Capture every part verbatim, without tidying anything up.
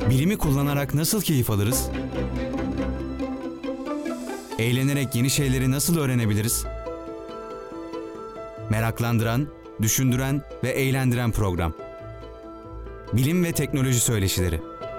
Bilimi kullanarak nasıl keyif alırız? Eğlenerek yeni şeyleri nasıl öğrenebiliriz? Meraklandıran, düşündüren ve eğlendiren program. Bilim ve Teknoloji Söyleşileri.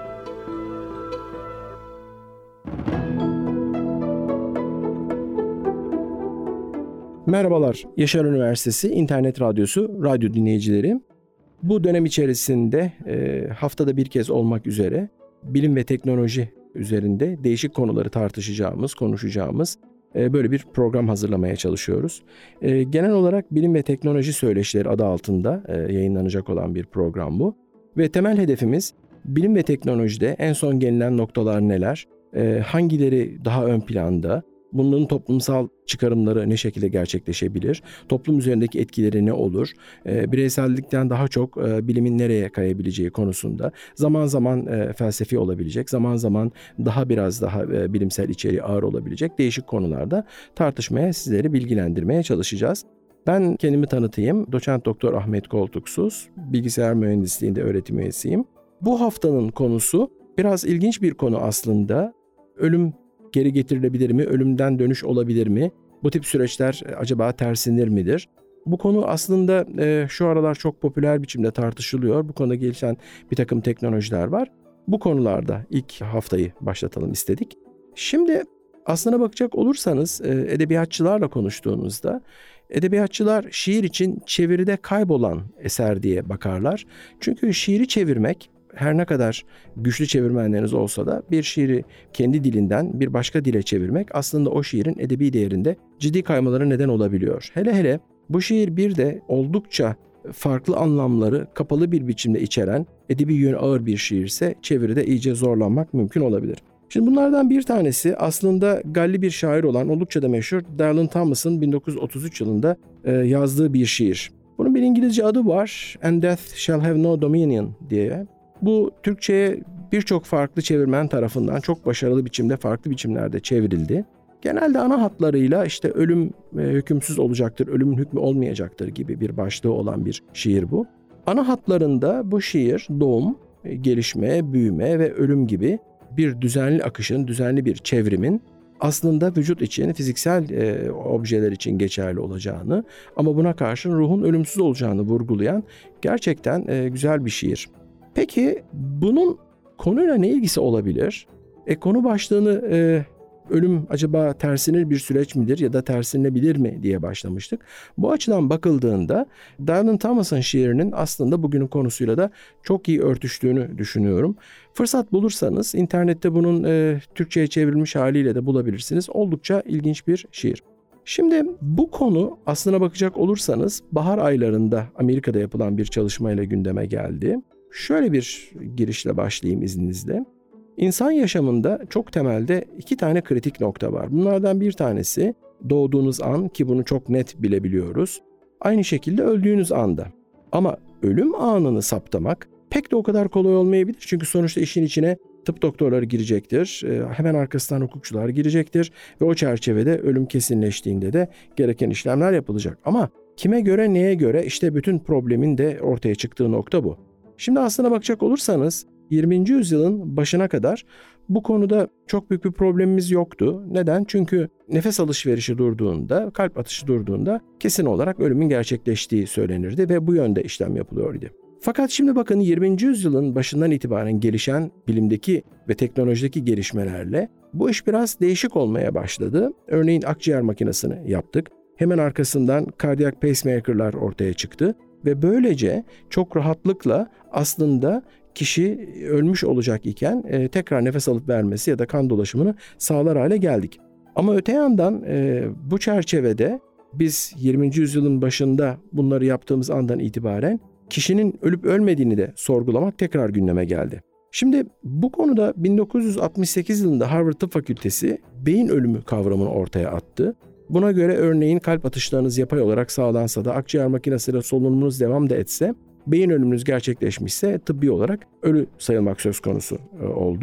Merhabalar, Yaşar Üniversitesi İnternet Radyosu radyo dinleyicileri. Bu dönem içerisinde e, haftada bir kez olmak üzere bilim ve teknoloji üzerinde değişik konuları tartışacağımız, konuşacağımız e, böyle bir program hazırlamaya çalışıyoruz. E, genel olarak Bilim ve Teknoloji Söyleşileri adı altında e, yayınlanacak olan bir program bu. Ve temel hedefimiz bilim ve teknolojide en son gelinen noktalar neler, e, hangileri daha ön planda, bunların toplumsal çıkarımları ne şekilde gerçekleşebilir, toplum üzerindeki etkileri ne olur, e, bireysellikten daha çok e, bilimin nereye kayabileceği konusunda zaman zaman e, felsefi olabilecek, zaman zaman daha biraz daha e, bilimsel içeriği ağır olabilecek değişik konularda tartışmaya, sizleri bilgilendirmeye çalışacağız. Ben kendimi tanıtayım. Doçent Doktor Ahmet Koltuksuz, bilgisayar mühendisliğinde öğretim üyesiyim. Bu haftanın konusu biraz ilginç bir konu aslında. Ölüm geri getirilebilir mi? Ölümden dönüş olabilir mi? Bu tip süreçler acaba tersinir midir? Bu konu aslında e, şu aralar çok popüler biçimde tartışılıyor. Bu konuda gelişen bir takım teknolojiler var. Bu konularda ilk haftayı başlatalım istedik. Şimdi aslına bakacak olursanız e, edebiyatçılarla konuştuğunuzda edebiyatçılar şiir için çeviride kaybolan eser diye bakarlar. Çünkü şiiri çevirmek, her ne kadar güçlü çevirmenleriniz olsa da bir şiiri kendi dilinden bir başka dile çevirmek aslında o şiirin edebi değerinde ciddi kaymalara neden olabiliyor. Hele hele bu şiir bir de oldukça farklı anlamları kapalı bir biçimde içeren edebi yönü ağır bir şiirse çeviride iyice zorlanmak mümkün olabilir. Şimdi bunlardan bir tanesi aslında Galli bir şair olan oldukça da meşhur Dylan Thomas'ın bin dokuz yüz otuz üç yılında e, yazdığı bir şiir. Bunun bir İngilizce adı var, And Death Shall Have No Dominion diye. Bu Türkçe'ye birçok farklı çevirmen tarafından çok başarılı biçimde farklı biçimlerde çevrildi. Genelde ana hatlarıyla işte ölüm e, hükümsüz olacaktır, ölümün hükmü olmayacaktır gibi bir başlığı olan bir şiir bu. Ana hatlarında bu şiir doğum, e, gelişme, büyüme ve ölüm gibi bir düzenli akışın, düzenli bir çevrimin aslında vücut için, fiziksel e, objeler için geçerli olacağını ama buna karşın ruhun ölümsüz olacağını vurgulayan gerçekten e, güzel bir şiir. Peki bunun konuyla ne ilgisi olabilir? E, konu başlığını e, ölüm acaba tersinir bir süreç midir ya da tersinebilir mi diye başlamıştık. Bu açıdan bakıldığında Dylan Thomas'ın şiirinin aslında bugünün konusuyla da çok iyi örtüştüğünü düşünüyorum. Fırsat bulursanız internette bunun e, Türkçe'ye çevrilmiş haliyle de bulabilirsiniz. Oldukça ilginç bir şiir. Şimdi bu konu aslına bakacak olursanız bahar aylarında Amerika'da yapılan bir çalışmayla gündeme geldi. Şöyle bir girişle başlayayım izninizle. İnsan yaşamında çok temelde iki tane kritik nokta var. Bunlardan bir tanesi doğduğunuz an, ki bunu çok net bilebiliyoruz. Aynı şekilde öldüğünüz anda. Ama ölüm anını saptamak pek de o kadar kolay olmayabilir. Çünkü sonuçta işin içine tıp doktorları girecektir. Hemen arkasından hukukçular girecektir. Ve o çerçevede ölüm kesinleştiğinde de gereken işlemler yapılacak. Ama kime göre, neye göre, işte bütün problemin de ortaya çıktığı nokta bu. Şimdi aslına bakacak olursanız yirminci yüzyılın başına kadar bu konuda çok büyük bir problemimiz yoktu. Neden? Çünkü nefes alışverişi durduğunda, kalp atışı durduğunda kesin olarak ölümün gerçekleştiği söylenirdi ve bu yönde işlem yapılıyordu. Fakat şimdi bakın yirminci yüzyılın başından itibaren gelişen bilimdeki ve teknolojideki gelişmelerle bu iş biraz değişik olmaya başladı. Örneğin akciğer makinesini yaptık. Hemen arkasından kardiyak pacemaker'lar ortaya çıktı. Ve böylece çok rahatlıkla aslında kişi ölmüş olacak iken e, tekrar nefes alıp vermesi ya da kan dolaşımını sağlar hale geldik. Ama öte yandan e, bu çerçevede biz yirminci yüzyılın başında bunları yaptığımız andan itibaren kişinin ölüp ölmediğini de sorgulamak tekrar gündeme geldi. Şimdi bu konuda bin dokuz yüz altmış sekiz yılında Harvard Tıp Fakültesi beyin ölümü kavramını ortaya attı. Buna göre örneğin kalp atışlarınız yapay olarak sağlansa da akciğer makinesiyle solunumunuz devam da etse, beyin ölümünüz gerçekleşmişse tıbbi olarak ölü sayılmak söz konusu oldu.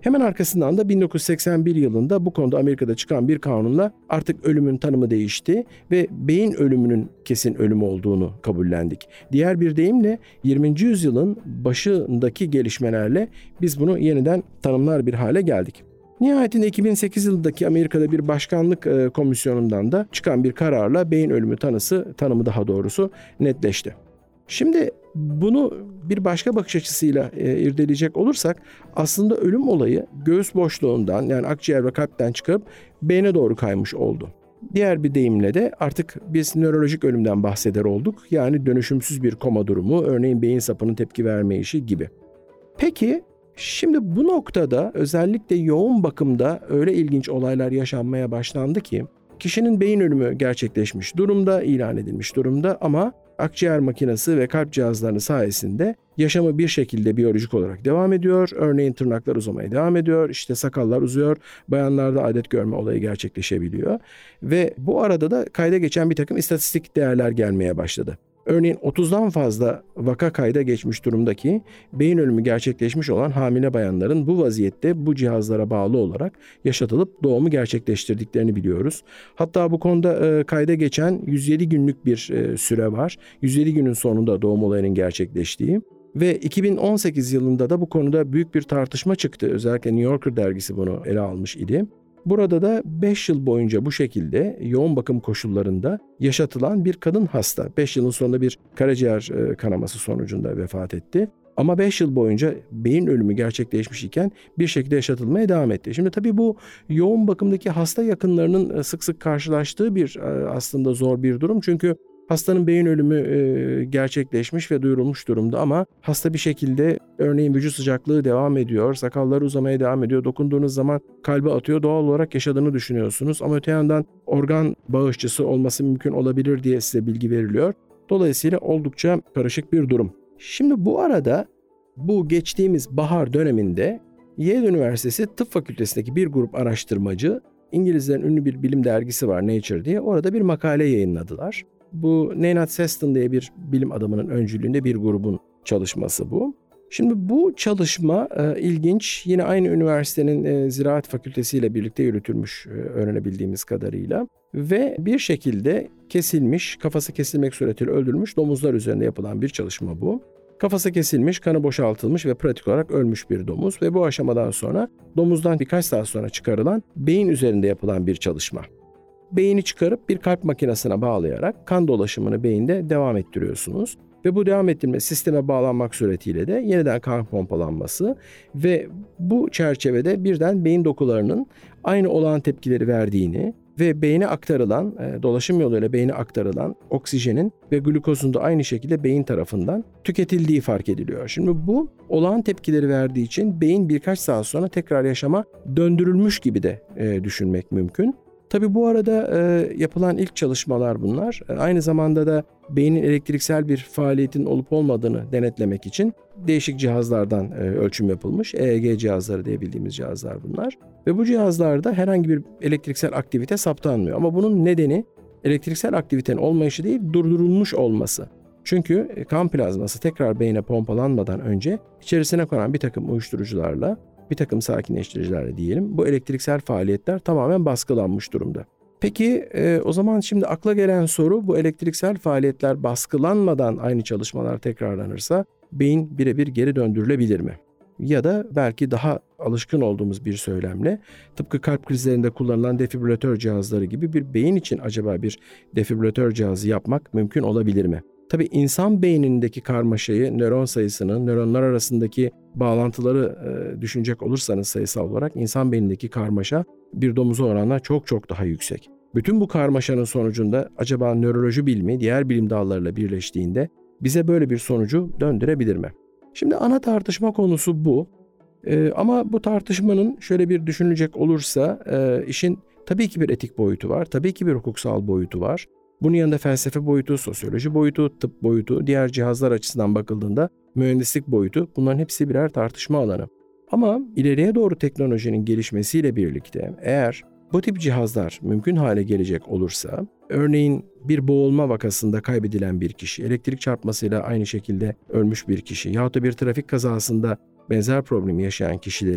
Hemen arkasından da bin dokuz yüz seksen bir yılında bu konuda Amerika'da çıkan bir kanunla artık ölümün tanımı değişti ve beyin ölümünün kesin ölüm olduğunu kabullendik. Diğer bir deyimle yirminci yüzyılın başındaki gelişmelerle biz bunu yeniden tanımlar bir hale geldik. Nihayetinde iki bin sekiz yılındaki Amerika'da bir başkanlık e, komisyonundan da çıkan bir kararla beyin ölümü tanısı, tanımı daha doğrusu netleşti. Şimdi bunu bir başka bakış açısıyla e, irdeleyecek olursak aslında ölüm olayı göğüs boşluğundan yani akciğer ve kalpten çıkıp beyne doğru kaymış oldu. Diğer bir deyimle de artık biz nörolojik ölümden bahseder olduk. Yani dönüşümsüz bir koma durumu, örneğin beyin sapının tepki vermeyişi gibi. Peki şimdi bu noktada özellikle yoğun bakımda öyle ilginç olaylar yaşanmaya başlandı ki kişinin beyin ölümü gerçekleşmiş durumda, ilan edilmiş durumda ama akciğer makinesi ve kalp cihazlarının sayesinde yaşamı bir şekilde biyolojik olarak devam ediyor. Örneğin tırnaklar uzamaya devam ediyor, işte sakallar uzuyor, bayanlarda adet görme olayı gerçekleşebiliyor. Ve bu arada da kayda geçen bir takım istatistik değerler gelmeye başladı. Örneğin otuzdan fazla vaka kayda geçmiş durumdaki beyin ölümü gerçekleşmiş olan hamile bayanların bu vaziyette bu cihazlara bağlı olarak yaşatılıp doğumu gerçekleştirdiklerini biliyoruz. Hatta bu konuda e, kayda geçen yüz yedi günlük bir e, süre var. yüz yedi günün sonunda doğum olayının gerçekleştiği. Ve iki bin on sekiz yılında da bu konuda büyük bir tartışma çıktı. Özellikle New Yorker dergisi bunu ele almış idi. Burada da beş yıl boyunca bu şekilde yoğun bakım koşullarında yaşatılan bir kadın hasta. beş yılın sonunda bir karaciğer kanaması sonucunda vefat etti. Ama beş yıl boyunca beyin ölümü gerçekleşmiş iken bir şekilde yaşatılmaya devam etti. Şimdi tabii bu yoğun bakımdaki hasta yakınlarının sık sık karşılaştığı bir aslında zor bir durum. Çünkü hastanın beyin ölümü e, gerçekleşmiş ve duyurulmuş durumda ama hasta bir şekilde örneğin vücut sıcaklığı devam ediyor, sakalları uzamaya devam ediyor, dokunduğunuz zaman kalbi atıyor, doğal olarak yaşadığını düşünüyorsunuz ama öte yandan organ bağışçısı olması mümkün olabilir diye size bilgi veriliyor. Dolayısıyla oldukça karışık bir durum. Şimdi bu arada bu geçtiğimiz bahar döneminde Yale Üniversitesi Tıp Fakültesi'ndeki bir grup araştırmacı, İngilizlerin ünlü bir bilim dergisi var Nature diye, orada bir makale yayınladılar. Bu Nenad Seston diye bir bilim adamının öncülüğünde bir grubun çalışması bu. Şimdi bu çalışma e, ilginç. Yine aynı üniversitenin e, Ziraat Fakültesi ile birlikte yürütülmüş e, öğrenebildiğimiz kadarıyla. Ve bir şekilde kesilmiş, kafası kesilmek suretiyle öldürülmüş domuzlar üzerinde yapılan bir çalışma bu. Kafası kesilmiş, kanı boşaltılmış ve pratik olarak ölmüş bir domuz ve bu aşamadan sonra domuzdan birkaç saat sonra çıkarılan beyin üzerinde yapılan bir çalışma. Beyni çıkarıp bir kalp makinesine bağlayarak kan dolaşımını beyinde devam ettiriyorsunuz. Ve bu devam ettirme sisteme bağlanmak suretiyle de yeniden kan pompalanması ve bu çerçevede birden beyin dokularının aynı olağan tepkileri verdiğini ve beyne aktarılan, dolaşım yoluyla beyne aktarılan oksijenin ve glukozun da aynı şekilde beyin tarafından tüketildiği fark ediliyor. Şimdi bu olağan tepkileri verdiği için beyin birkaç saat sonra tekrar yaşama döndürülmüş gibi de e, düşünmek mümkün. Tabii bu arada e, yapılan ilk çalışmalar bunlar. E, aynı zamanda da beynin elektriksel bir faaliyetin olup olmadığını denetlemek için değişik cihazlardan e, ölçüm yapılmış. E E G cihazları diye bildiğimiz cihazlar bunlar. Ve bu cihazlarda herhangi bir elektriksel aktivite saptanmıyor. Ama bunun nedeni elektriksel aktivitenin olmayışı değil, durdurulmuş olması. Çünkü kan plazması tekrar beyne pompalanmadan önce içerisine konan bir takım uyuşturucularla, bir takım sakinleştiricilerle diyelim, bu elektriksel faaliyetler tamamen baskılanmış durumda. Peki e, o zaman şimdi akla gelen soru, bu elektriksel faaliyetler baskılanmadan aynı çalışmalar tekrarlanırsa beyin birebir geri döndürülebilir mi? Ya da belki daha alışkın olduğumuz bir söylemle tıpkı kalp krizlerinde kullanılan defibrilatör cihazları gibi bir beyin için acaba bir defibrilatör cihazı yapmak mümkün olabilir mi? Tabii insan beynindeki karmaşayı, nöron sayısını, nöronlar arasındaki bağlantıları e, düşünecek olursanız sayısal olarak insan beynindeki karmaşa bir domuza oranla çok çok daha yüksek. Bütün bu karmaşanın sonucunda acaba nöroloji bilimi diğer bilim dallarıyla birleştiğinde bize böyle bir sonucu döndürebilir mi? Şimdi ana tartışma konusu bu. E, ama bu tartışmanın şöyle bir düşünülecek olursa e, işin tabii ki bir etik boyutu var, tabii ki bir hukuksal boyutu var. Bunun yanında felsefe boyutu, sosyoloji boyutu, tıp boyutu, diğer cihazlar açısından bakıldığında mühendislik boyutu, bunların hepsi birer tartışma alanı. Ama ileriye doğru teknolojinin gelişmesiyle birlikte eğer bu tip cihazlar mümkün hale gelecek olursa, örneğin bir boğulma vakasında kaybedilen bir kişi, elektrik çarpmasıyla aynı şekilde ölmüş bir kişi yahut da bir trafik kazasında benzer problemi yaşayan kişileri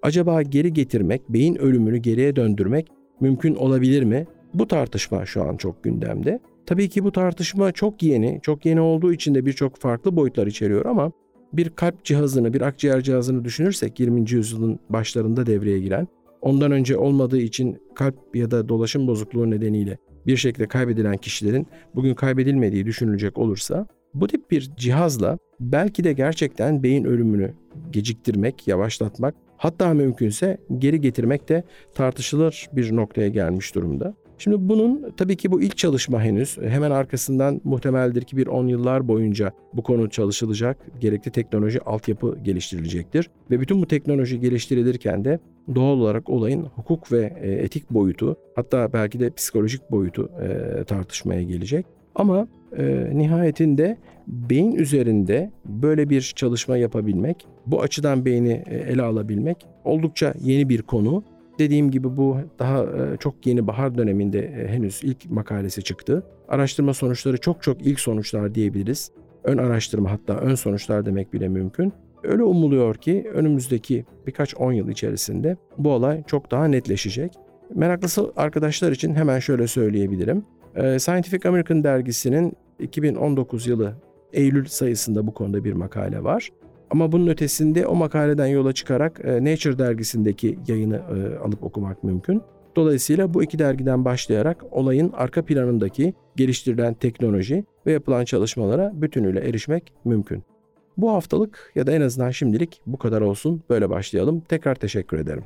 acaba geri getirmek, beyin ölümünü geriye döndürmek mümkün olabilir mi? Bu tartışma şu an çok gündemde. Tabii ki bu tartışma çok yeni, çok yeni olduğu için de birçok farklı boyutlar içeriyor ama bir kalp cihazını, bir akciğer cihazını düşünürsek yirminci yüzyılın başlarında devreye giren, ondan önce olmadığı için kalp ya da dolaşım bozukluğu nedeniyle bir şekilde kaybedilen kişilerin bugün kaybedilmediği düşünülecek olursa, bu tip bir cihazla belki de gerçekten beyin ölümünü geciktirmek, yavaşlatmak, hatta mümkünse geri getirmek de tartışılır bir noktaya gelmiş durumda. Şimdi bunun tabii ki bu ilk çalışma henüz. Hemen arkasından muhtemeldir ki bir on yıllar boyunca bu konu çalışılacak, gerekli teknoloji altyapı geliştirilecektir. Ve bütün bu teknoloji geliştirilirken de doğal olarak olayın hukuk ve etik boyutu, hatta belki de psikolojik boyutu e, tartışmaya gelecek. Ama e, nihayetinde beyin üzerinde böyle bir çalışma yapabilmek, bu açıdan beyni e, ele alabilmek oldukça yeni bir konu. Dediğim gibi bu daha e, çok yeni bahar döneminde e, henüz ilk makalesi çıktı. Araştırma sonuçları çok çok ilk sonuçlar diyebiliriz. Ön araştırma, hatta ön sonuçlar demek bile mümkün. Öyle umuluyor ki önümüzdeki birkaç on yıl içerisinde bu olay çok daha netleşecek. Meraklısı arkadaşlar için hemen şöyle söyleyebilirim. Scientific American dergisinin iki bin on dokuz yılı Eylül sayısında bu konuda bir makale var. Ama bunun ötesinde o makaleden yola çıkarak Nature dergisindeki yayını alıp okumak mümkün. Dolayısıyla bu iki dergiden başlayarak olayın arka planındaki geliştirilen teknoloji ve yapılan çalışmalara bütünüyle erişmek mümkün. Bu haftalık ya da en azından şimdilik bu kadar olsun. Böyle başlayalım. Tekrar teşekkür ederim.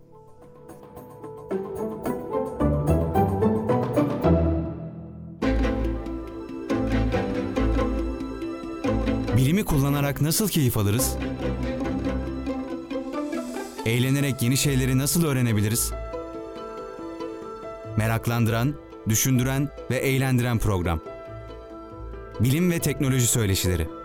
Bilimi kullanarak nasıl keyif alırız? Eğlenerek yeni şeyleri nasıl öğrenebiliriz? Meraklandıran, düşündüren ve eğlendiren program. Bilim ve teknoloji söyleşileri.